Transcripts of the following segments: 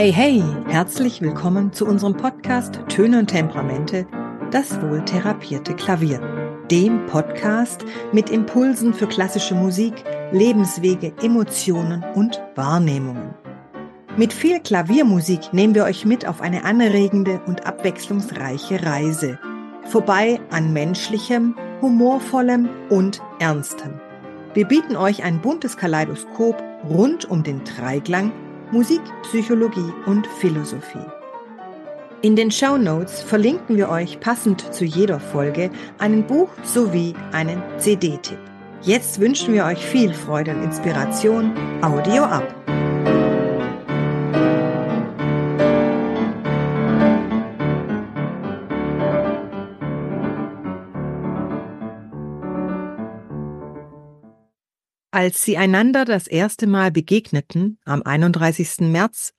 Hey, hey, herzlich willkommen zu unserem Podcast Töne und Temperamente, das wohltherapierte Klavier. Dem Podcast mit Impulsen für klassische Musik, Lebenswege, Emotionen und Wahrnehmungen. Mit viel Klaviermusik nehmen wir euch mit auf eine anregende und abwechslungsreiche Reise. Vorbei an Menschlichem, Humorvollem und Ernstem. Wir bieten euch ein buntes Kaleidoskop rund um den Dreiklang Musik, Psychologie und Philosophie. In den Shownotes verlinken wir euch passend zu jeder Folge einen Buch sowie einen CD-Tipp. Jetzt wünschen wir euch viel Freude und Inspiration. Audio ab! Als sie einander das erste Mal begegneten, am 31. März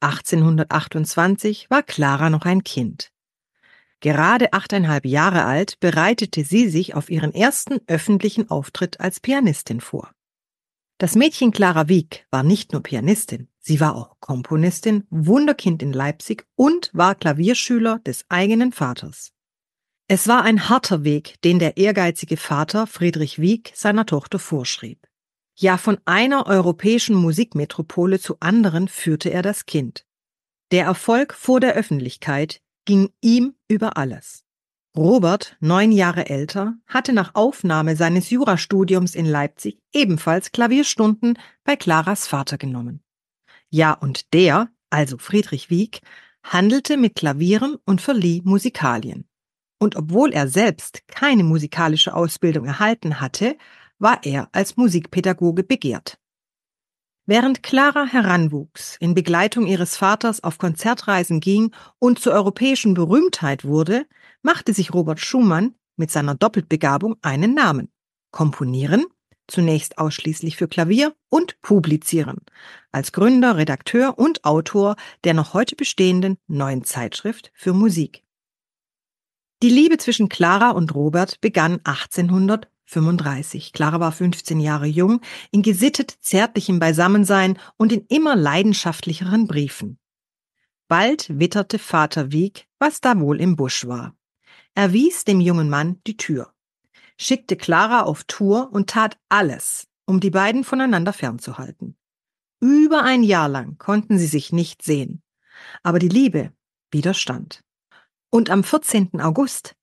1828, war Clara noch ein Kind. Gerade 8,5 Jahre alt bereitete sie sich auf ihren ersten öffentlichen Auftritt als Pianistin vor. Das Mädchen Clara Wieck war nicht nur Pianistin, sie war auch Komponistin, Wunderkind in Leipzig und war Klavierschüler des eigenen Vaters. Es war ein harter Weg, den der ehrgeizige Vater Friedrich Wieck seiner Tochter vorschrieb. Ja, von einer europäischen Musikmetropole zu anderen führte er das Kind. Der Erfolg vor der Öffentlichkeit ging ihm über alles. Robert, 9 Jahre älter, hatte nach Aufnahme seines Jurastudiums in Leipzig ebenfalls Klavierstunden bei Claras Vater genommen. Ja, und der, also Friedrich Wieck, handelte mit Klavieren und verlieh Musikalien. Und obwohl er selbst keine musikalische Ausbildung erhalten hatte, war er als Musikpädagoge begehrt. Während Clara heranwuchs, in Begleitung ihres Vaters auf Konzertreisen ging und zur europäischen Berühmtheit wurde, machte sich Robert Schumann mit seiner Doppelbegabung einen Namen. Komponieren, zunächst ausschließlich für Klavier, und publizieren, als Gründer, Redakteur und Autor der noch heute bestehenden Neuen Zeitschrift für Musik. Die Liebe zwischen Clara und Robert begann 1835. Clara war 15 Jahre jung, in gesittet zärtlichem Beisammensein und in immer leidenschaftlicheren Briefen. Bald witterte Vater Wieck, was da wohl im Busch war. Er wies dem jungen Mann die Tür, schickte Clara auf Tour und tat alles, um die beiden voneinander fernzuhalten. Über ein Jahr lang konnten sie sich nicht sehen, aber die Liebe widerstand. Und am 14. August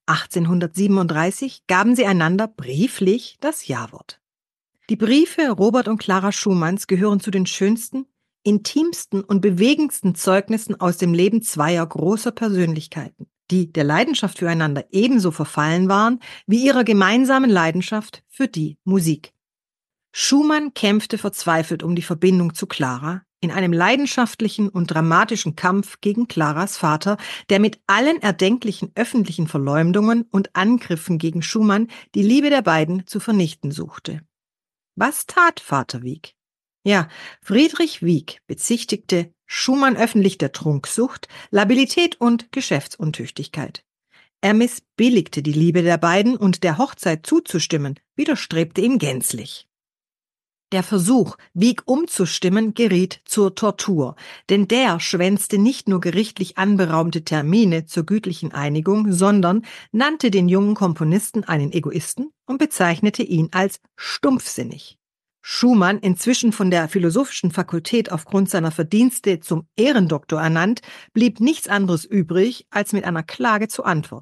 1837 gaben sie einander brieflich das Ja-Wort. Die Briefe Robert und Clara Schumanns gehören zu den schönsten, intimsten und bewegendsten Zeugnissen aus dem Leben zweier großer Persönlichkeiten, die der Leidenschaft füreinander ebenso verfallen waren wie ihrer gemeinsamen Leidenschaft für die Musik. Schumann kämpfte verzweifelt um die Verbindung zu Clara, in einem leidenschaftlichen und dramatischen Kampf gegen Claras Vater, der mit allen erdenklichen öffentlichen Verleumdungen und Angriffen gegen Schumann die Liebe der beiden zu vernichten suchte. Was tat Vater Wieck? Ja, Friedrich Wieck bezichtigte Schumann öffentlich der Trunksucht, Labilität und Geschäftsuntüchtigkeit. Er missbilligte die Liebe der beiden und der Hochzeit zuzustimmen, widerstrebte ihm gänzlich. Der Versuch, Wieck umzustimmen, geriet zur Tortur, denn der schwänzte nicht nur gerichtlich anberaumte Termine zur gütlichen Einigung, sondern nannte den jungen Komponisten einen Egoisten und bezeichnete ihn als stumpfsinnig. Schumann, inzwischen von der Philosophischen Fakultät aufgrund seiner Verdienste zum Ehrendoktor ernannt, blieb nichts anderes übrig, als mit einer Klage zu antworten.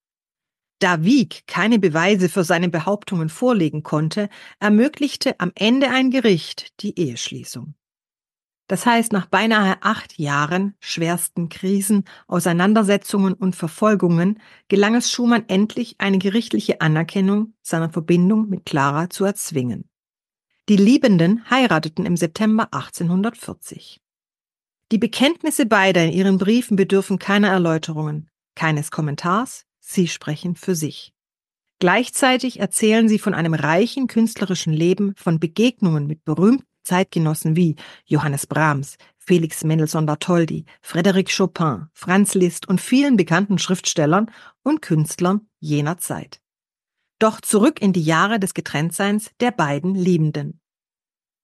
Da Wieck keine Beweise für seine Behauptungen vorlegen konnte, ermöglichte am Ende ein Gericht die Eheschließung. Das heißt, nach beinahe 8 Jahren schwersten Krisen, Auseinandersetzungen und Verfolgungen gelang es Schumann endlich, eine gerichtliche Anerkennung seiner Verbindung mit Clara zu erzwingen. Die Liebenden heirateten im September 1840. Die Bekenntnisse beider in ihren Briefen bedürfen keiner Erläuterungen, keines Kommentars. Sie sprechen für sich. Gleichzeitig erzählen sie von einem reichen künstlerischen Leben, von Begegnungen mit berühmten Zeitgenossen wie Johannes Brahms, Felix Mendelssohn Bartholdy, Frédéric Chopin, Franz Liszt und vielen bekannten Schriftstellern und Künstlern jener Zeit. Doch zurück in die Jahre des Getrenntseins der beiden Liebenden.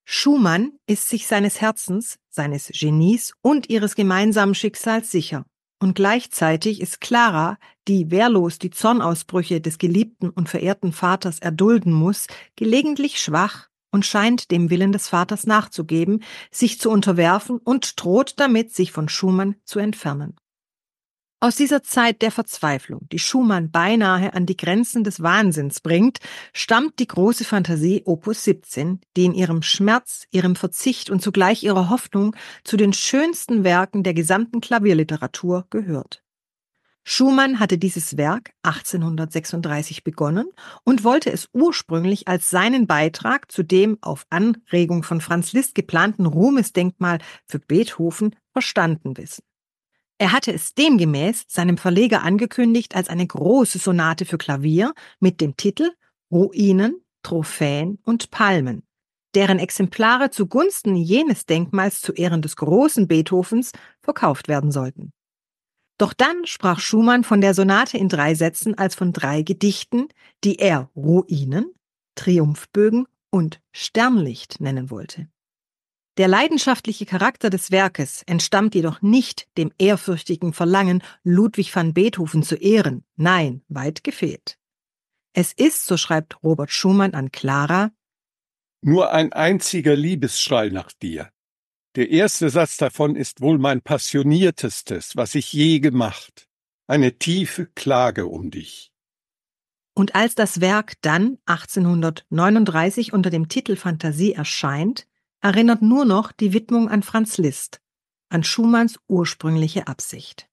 Schumann ist sich seines Herzens, seines Genies und ihres gemeinsamen Schicksals sicher. Und gleichzeitig ist Clara, die wehrlos die Zornausbrüche des geliebten und verehrten Vaters erdulden muss, gelegentlich schwach und scheint dem Willen des Vaters nachzugeben, sich zu unterwerfen und droht damit, sich von Schumann zu entfernen. Aus dieser Zeit der Verzweiflung, die Schumann beinahe an die Grenzen des Wahnsinns bringt, stammt die große Fantasie Opus 17, die in ihrem Schmerz, ihrem Verzicht und zugleich ihrer Hoffnung zu den schönsten Werken der gesamten Klavierliteratur gehört. Schumann hatte dieses Werk 1836 begonnen und wollte es ursprünglich als seinen Beitrag zu dem auf Anregung von Franz Liszt geplanten Ruhmesdenkmal für Beethoven verstanden wissen. Er hatte es demgemäß seinem Verleger angekündigt als eine große Sonate für Klavier mit dem Titel Ruinen, Trophäen und Palmen, deren Exemplare zugunsten jenes Denkmals zu Ehren des großen Beethovens verkauft werden sollten. Doch dann sprach Schumann von der Sonate in 3 Sätzen als von 3 Gedichten, die er Ruinen, Triumphbögen und Sternlicht nennen wollte. Der leidenschaftliche Charakter des Werkes entstammt jedoch nicht dem ehrfürchtigen Verlangen, Ludwig van Beethoven zu ehren. Nein, weit gefehlt. Es ist, so schreibt Robert Schumann an Clara, nur ein einziger Liebesschrei nach dir. Der erste Satz davon ist wohl mein passioniertestes, was ich je gemacht. Eine tiefe Klage um dich. Und als das Werk dann 1839 unter dem Titel Fantasie erscheint, erinnert nur noch die Widmung an Franz Liszt, an Schumanns ursprüngliche Absicht.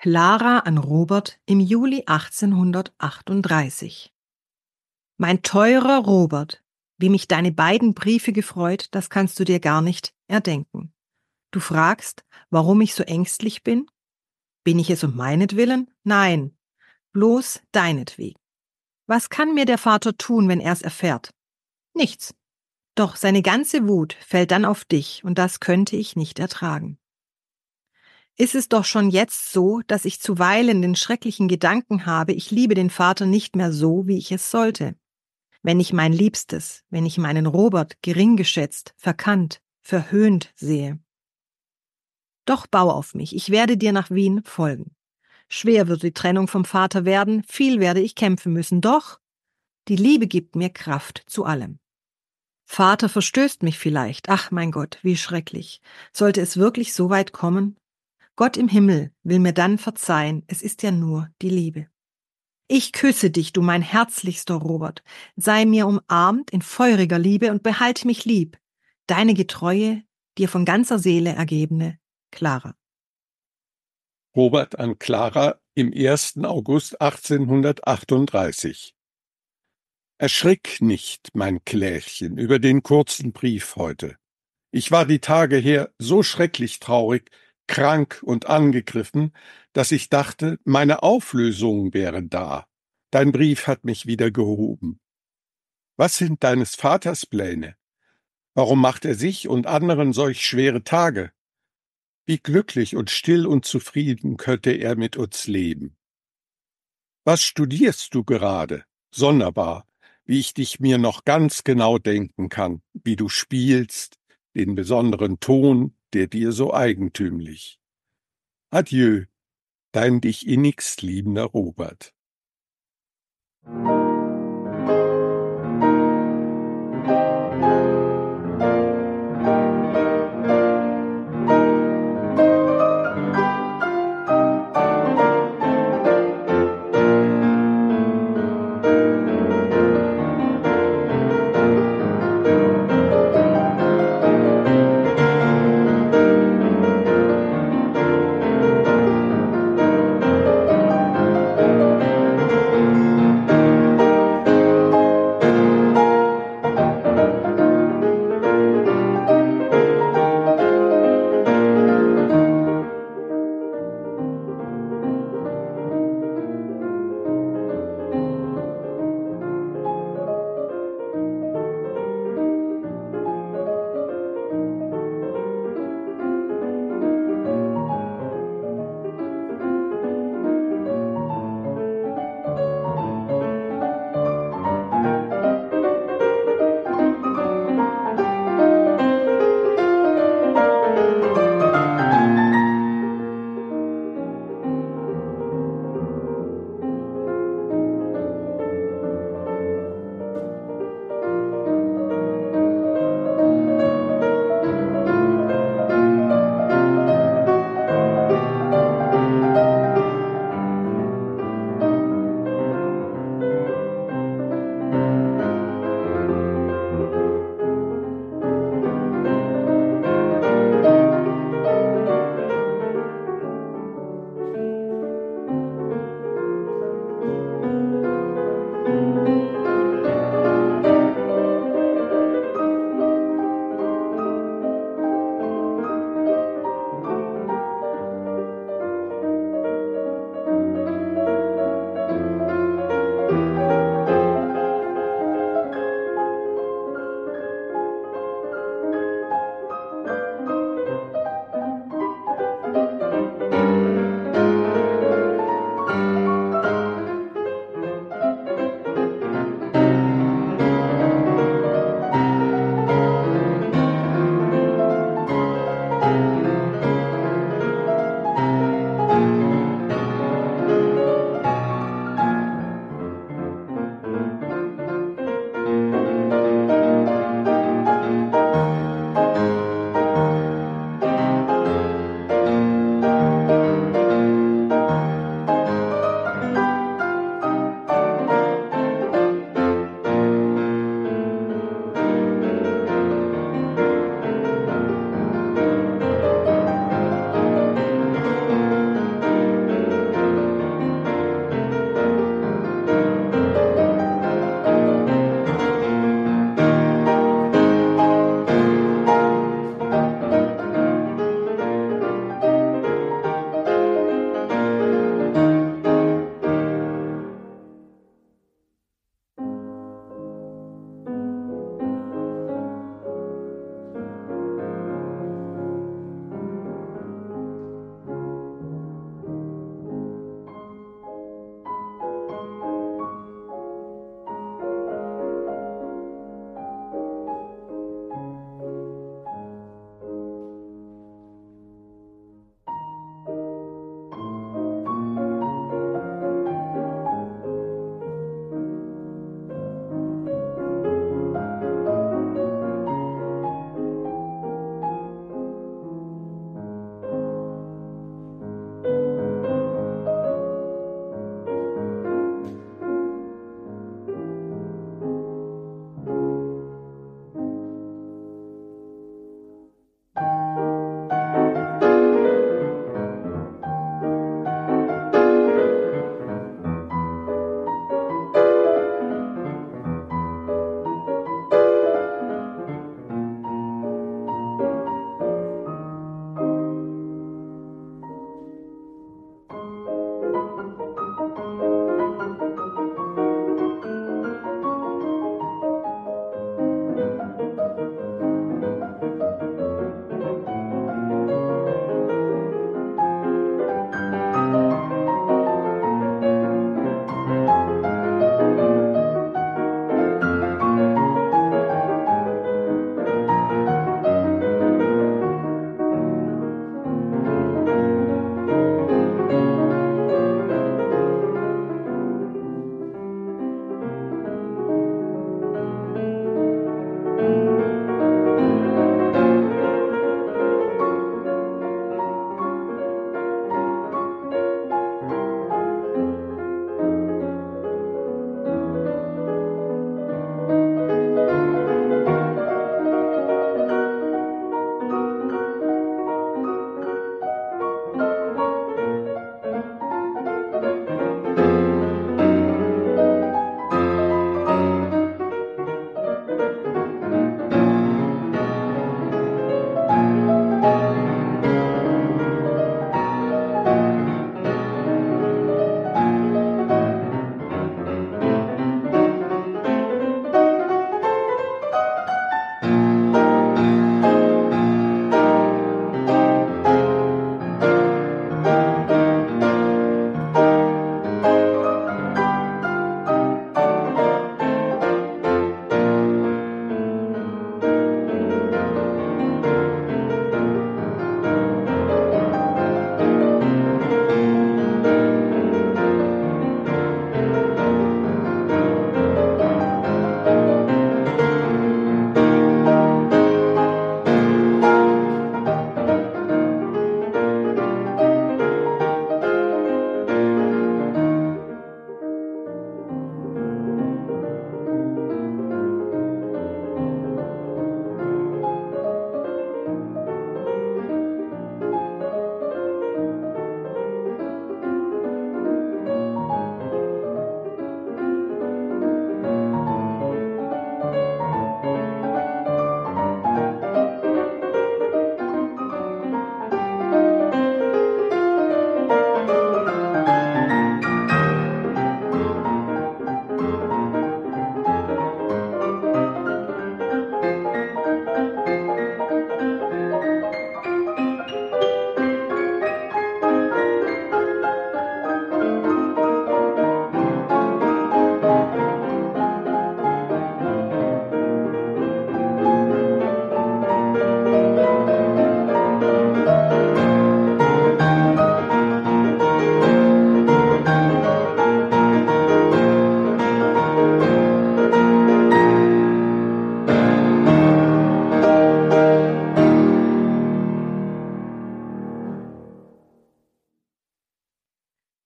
Clara an Robert im Juli 1838. Mein teurer Robert, wie mich deine beiden Briefe gefreut, das kannst du dir gar nicht erdenken. Du fragst, warum ich so ängstlich bin? Bin ich es um meinetwillen? Nein, bloß deinetwegen. Was kann mir der Vater tun, wenn er es erfährt? Nichts. Doch seine ganze Wut fällt dann auf dich, und das könnte ich nicht ertragen. Ist es doch schon jetzt so, dass ich zuweilen den schrecklichen Gedanken habe, ich liebe den Vater nicht mehr so, wie ich es sollte. Wenn ich mein Liebstes, wenn ich meinen Robert gering geschätzt, verkannt, verhöhnt sehe. Doch bau auf mich, ich werde dir nach Wien folgen. Schwer wird die Trennung vom Vater werden, viel werde ich kämpfen müssen, doch die Liebe gibt mir Kraft zu allem. Vater verstößt mich vielleicht, ach mein Gott, wie schrecklich. Sollte es wirklich so weit kommen? Gott im Himmel will mir dann verzeihen, es ist ja nur die Liebe. Ich küsse dich, du mein herzlichster Robert, sei mir umarmt in feuriger Liebe und behalte mich lieb. Deine getreue, dir von ganzer Seele ergebene Clara. Robert an Clara im 1. August 1838. Erschrick nicht, mein Klärchen, über den kurzen Brief heute. Ich war die Tage her so schrecklich traurig, krank und angegriffen, dass ich dachte, meine Auflösung wäre da. Dein Brief hat mich wieder gehoben. Was sind deines Vaters Pläne? Warum macht er sich und anderen solch schwere Tage? Wie glücklich und still und zufrieden könnte er mit uns leben. Was studierst du gerade? Sonderbar, wie ich dich mir noch ganz genau denken kann, wie du spielst, den besonderen Ton, der dir so eigentümlich. Adieu, dein dich innigst liebender Robert.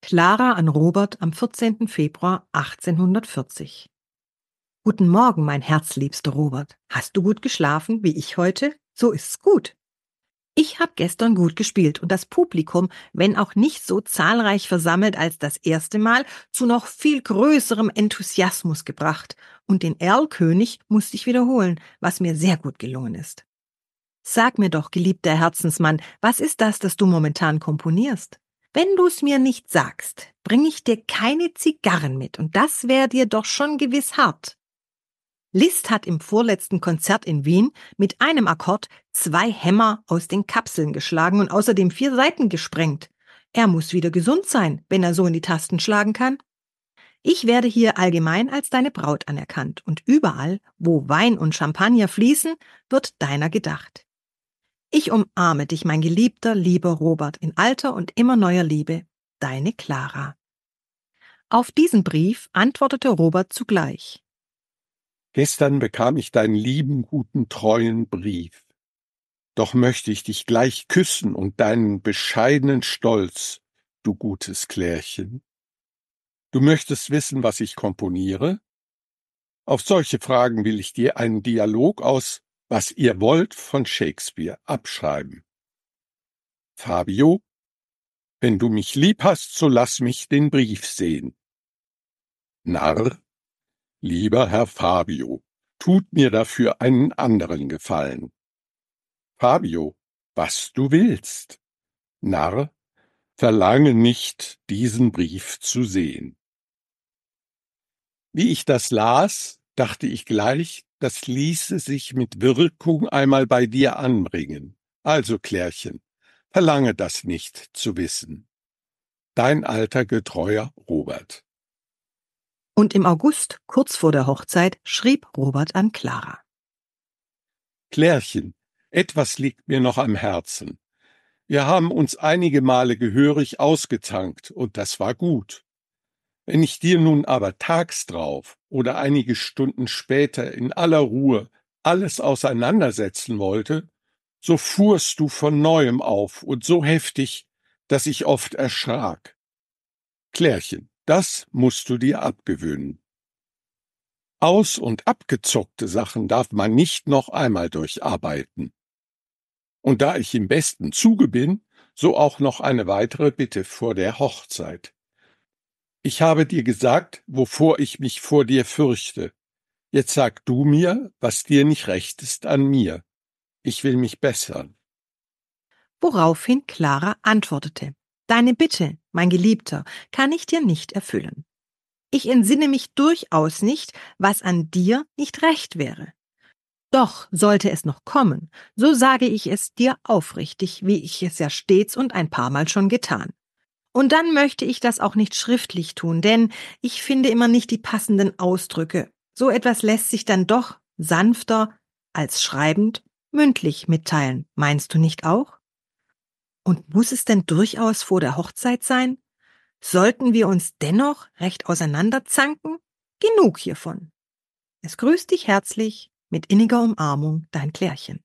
Clara an Robert am 14. Februar 1840. Guten Morgen, mein herzliebster Robert. Hast du gut geschlafen, wie ich heute? So ist's gut. Ich habe gestern gut gespielt und das Publikum, wenn auch nicht so zahlreich versammelt als das erste Mal, zu noch viel größerem Enthusiasmus gebracht. Und den Erlkönig musste ich wiederholen, was mir sehr gut gelungen ist. Sag mir doch, geliebter Herzensmann, was ist das du momentan komponierst? Wenn du's mir nicht sagst, bring ich dir keine Zigarren mit und das wär dir doch schon gewiss hart. Liszt hat im vorletzten Konzert in Wien mit einem Akkord 2 Hämmer aus den Kapseln geschlagen und außerdem 4 Saiten gesprengt. Er muss wieder gesund sein, wenn er so in die Tasten schlagen kann. Ich werde hier allgemein als deine Braut anerkannt und überall, wo Wein und Champagner fließen, wird deiner gedacht. Ich umarme dich, mein geliebter, lieber Robert, in alter und immer neuer Liebe. Deine Clara. Auf diesen Brief antwortete Robert zugleich. Gestern bekam ich deinen lieben, guten, treuen Brief. Doch möchte ich dich gleich küssen und deinen bescheidenen Stolz, du gutes Klärchen. Du möchtest wissen, was ich komponiere? Auf solche Fragen will ich dir einen Dialog aus Was ihr wollt von Shakespeare abschreiben. Fabio, wenn du mich lieb hast, so lass mich den Brief sehen. Narr, lieber Herr Fabio, tut mir dafür einen anderen Gefallen. Fabio, was du willst. Narr, verlange nicht, diesen Brief zu sehen. Wie ich das las, dachte ich gleich, das ließe sich mit Wirkung einmal bei dir anbringen. Also, Klärchen, verlange das nicht zu wissen. Dein alter, getreuer Robert. Und im August, kurz vor der Hochzeit, schrieb Robert an Clara. Klärchen, etwas liegt mir noch am Herzen. Wir haben uns einige Male gehörig ausgezankt, und das war gut. Wenn ich dir nun aber tags drauf oder einige Stunden später in aller Ruhe alles auseinandersetzen wollte, so fuhrst du von neuem auf und so heftig, dass ich oft erschrak. Klärchen, das musst du dir abgewöhnen. Aus- und abgezockte Sachen darf man nicht noch einmal durcharbeiten. Und da ich im besten Zuge bin, so auch noch eine weitere Bitte vor der Hochzeit. Ich habe dir gesagt, wovor ich mich vor dir fürchte. Jetzt sag du mir, was dir nicht recht ist an mir. Ich will mich bessern. Woraufhin Clara antwortete: Deine Bitte, mein Geliebter, kann ich dir nicht erfüllen. Ich entsinne mich durchaus nicht, was an dir nicht recht wäre. Doch sollte es noch kommen, so sage ich es dir aufrichtig, wie ich es ja stets und ein paar Mal schon getan. Und dann möchte ich das auch nicht schriftlich tun, denn ich finde immer nicht die passenden Ausdrücke. So etwas lässt sich dann doch sanfter als schreibend mündlich mitteilen. Meinst du nicht auch? Und muss es denn durchaus vor der Hochzeit sein? Sollten wir uns dennoch recht auseinanderzanken? Genug hiervon. Es grüßt dich herzlich, mit inniger Umarmung, dein Klärchen.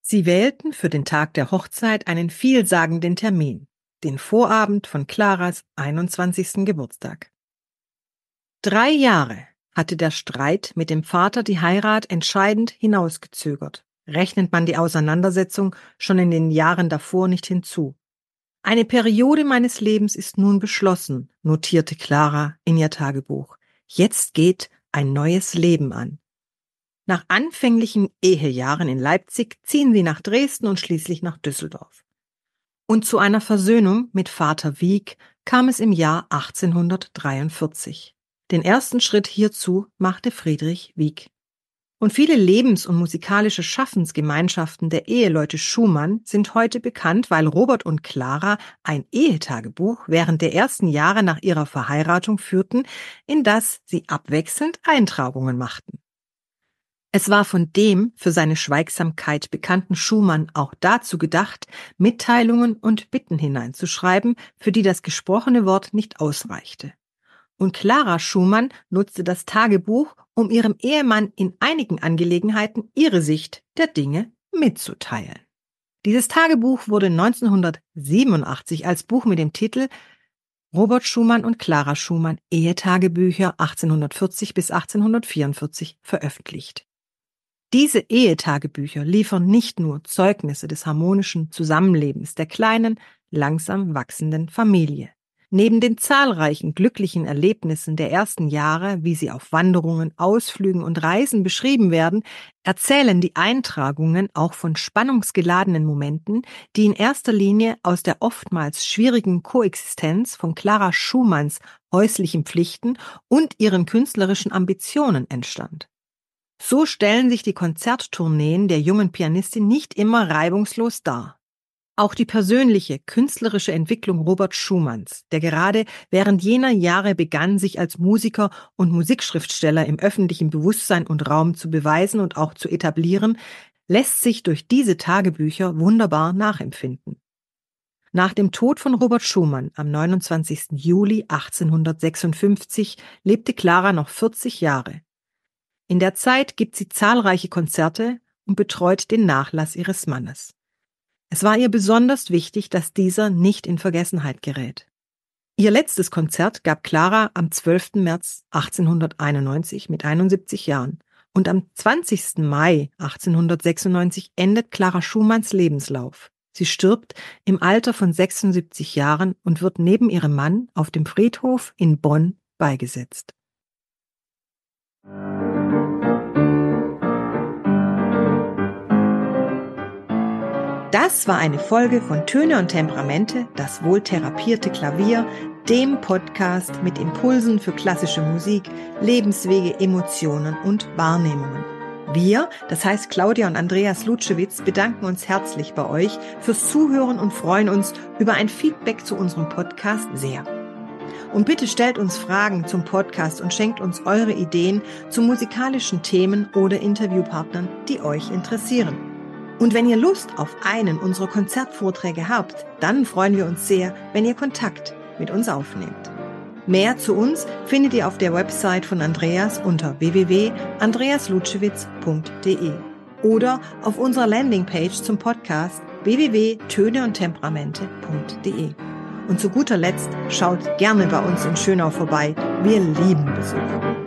Sie wählten für den Tag der Hochzeit einen vielsagenden Termin, den Vorabend von Claras 21. Geburtstag. 3 Jahre hatte der Streit mit dem Vater die Heirat entscheidend hinausgezögert. Rechnet man die Auseinandersetzung schon in den Jahren davor nicht hinzu. Eine Periode meines Lebens ist nun beschlossen, notierte Clara in ihr Tagebuch. Jetzt geht ein neues Leben an. Nach anfänglichen Ehejahren in Leipzig ziehen sie nach Dresden und schließlich nach Düsseldorf. Und zu einer Versöhnung mit Vater Wieck kam es im Jahr 1843. Den ersten Schritt hierzu machte Friedrich Wieck. Und viele Lebens- und musikalische Schaffensgemeinschaften der Eheleute Schumann sind heute bekannt, weil Robert und Clara ein Ehetagebuch während der ersten Jahre nach ihrer Verheiratung führten, in das sie abwechselnd Eintragungen machten. Es war von dem für seine Schweigsamkeit bekannten Schumann auch dazu gedacht, Mitteilungen und Bitten hineinzuschreiben, für die das gesprochene Wort nicht ausreichte. Und Clara Schumann nutzte das Tagebuch, um ihrem Ehemann in einigen Angelegenheiten ihre Sicht der Dinge mitzuteilen. Dieses Tagebuch wurde 1987 als Buch mit dem Titel Robert Schumann und Clara Schumann Ehetagebücher 1840 bis 1844 veröffentlicht. Diese Ehetagebücher liefern nicht nur Zeugnisse des harmonischen Zusammenlebens der kleinen, langsam wachsenden Familie. Neben den zahlreichen glücklichen Erlebnissen der ersten Jahre, wie sie auf Wanderungen, Ausflügen und Reisen beschrieben werden, erzählen die Eintragungen auch von spannungsgeladenen Momenten, die in erster Linie aus der oftmals schwierigen Koexistenz von Clara Schumanns häuslichen Pflichten und ihren künstlerischen Ambitionen entstand. So stellen sich die Konzerttourneen der jungen Pianistin nicht immer reibungslos dar. Auch die persönliche, künstlerische Entwicklung Robert Schumanns, der gerade während jener Jahre begann, sich als Musiker und Musikschriftsteller im öffentlichen Bewusstsein und Raum zu beweisen und auch zu etablieren, lässt sich durch diese Tagebücher wunderbar nachempfinden. Nach dem Tod von Robert Schumann am 29. Juli 1856 lebte Clara noch 40 Jahre. In der Zeit gibt sie zahlreiche Konzerte und betreut den Nachlass ihres Mannes. Es war ihr besonders wichtig, dass dieser nicht in Vergessenheit gerät. Ihr letztes Konzert gab Clara am 12. März 1891 mit 71 Jahren und am 20. Mai 1896 endet Clara Schumanns Lebenslauf. Sie stirbt im Alter von 76 Jahren und wird neben ihrem Mann auf dem Friedhof in Bonn beigesetzt. Das war eine Folge von Töne und Temperamente, das wohltherapierte Klavier, dem Podcast mit Impulsen für klassische Musik, Lebenswege, Emotionen und Wahrnehmungen. Wir, das heißt Claudia und Andreas Lutschewitz, bedanken uns herzlich bei euch fürs Zuhören und freuen uns über ein Feedback zu unserem Podcast sehr. Und bitte stellt uns Fragen zum Podcast und schenkt uns eure Ideen zu musikalischen Themen oder Interviewpartnern, die euch interessieren. Und wenn ihr Lust auf einen unserer Konzertvorträge habt, dann freuen wir uns sehr, wenn ihr Kontakt mit uns aufnehmt. Mehr zu uns findet ihr auf der Website von Andreas unter www.andreaslutschewitz.de oder auf unserer Landingpage zum Podcast www.töneundtemperamente.de. Und zu guter Letzt schaut gerne bei uns in Schönau vorbei. Wir lieben Besuch.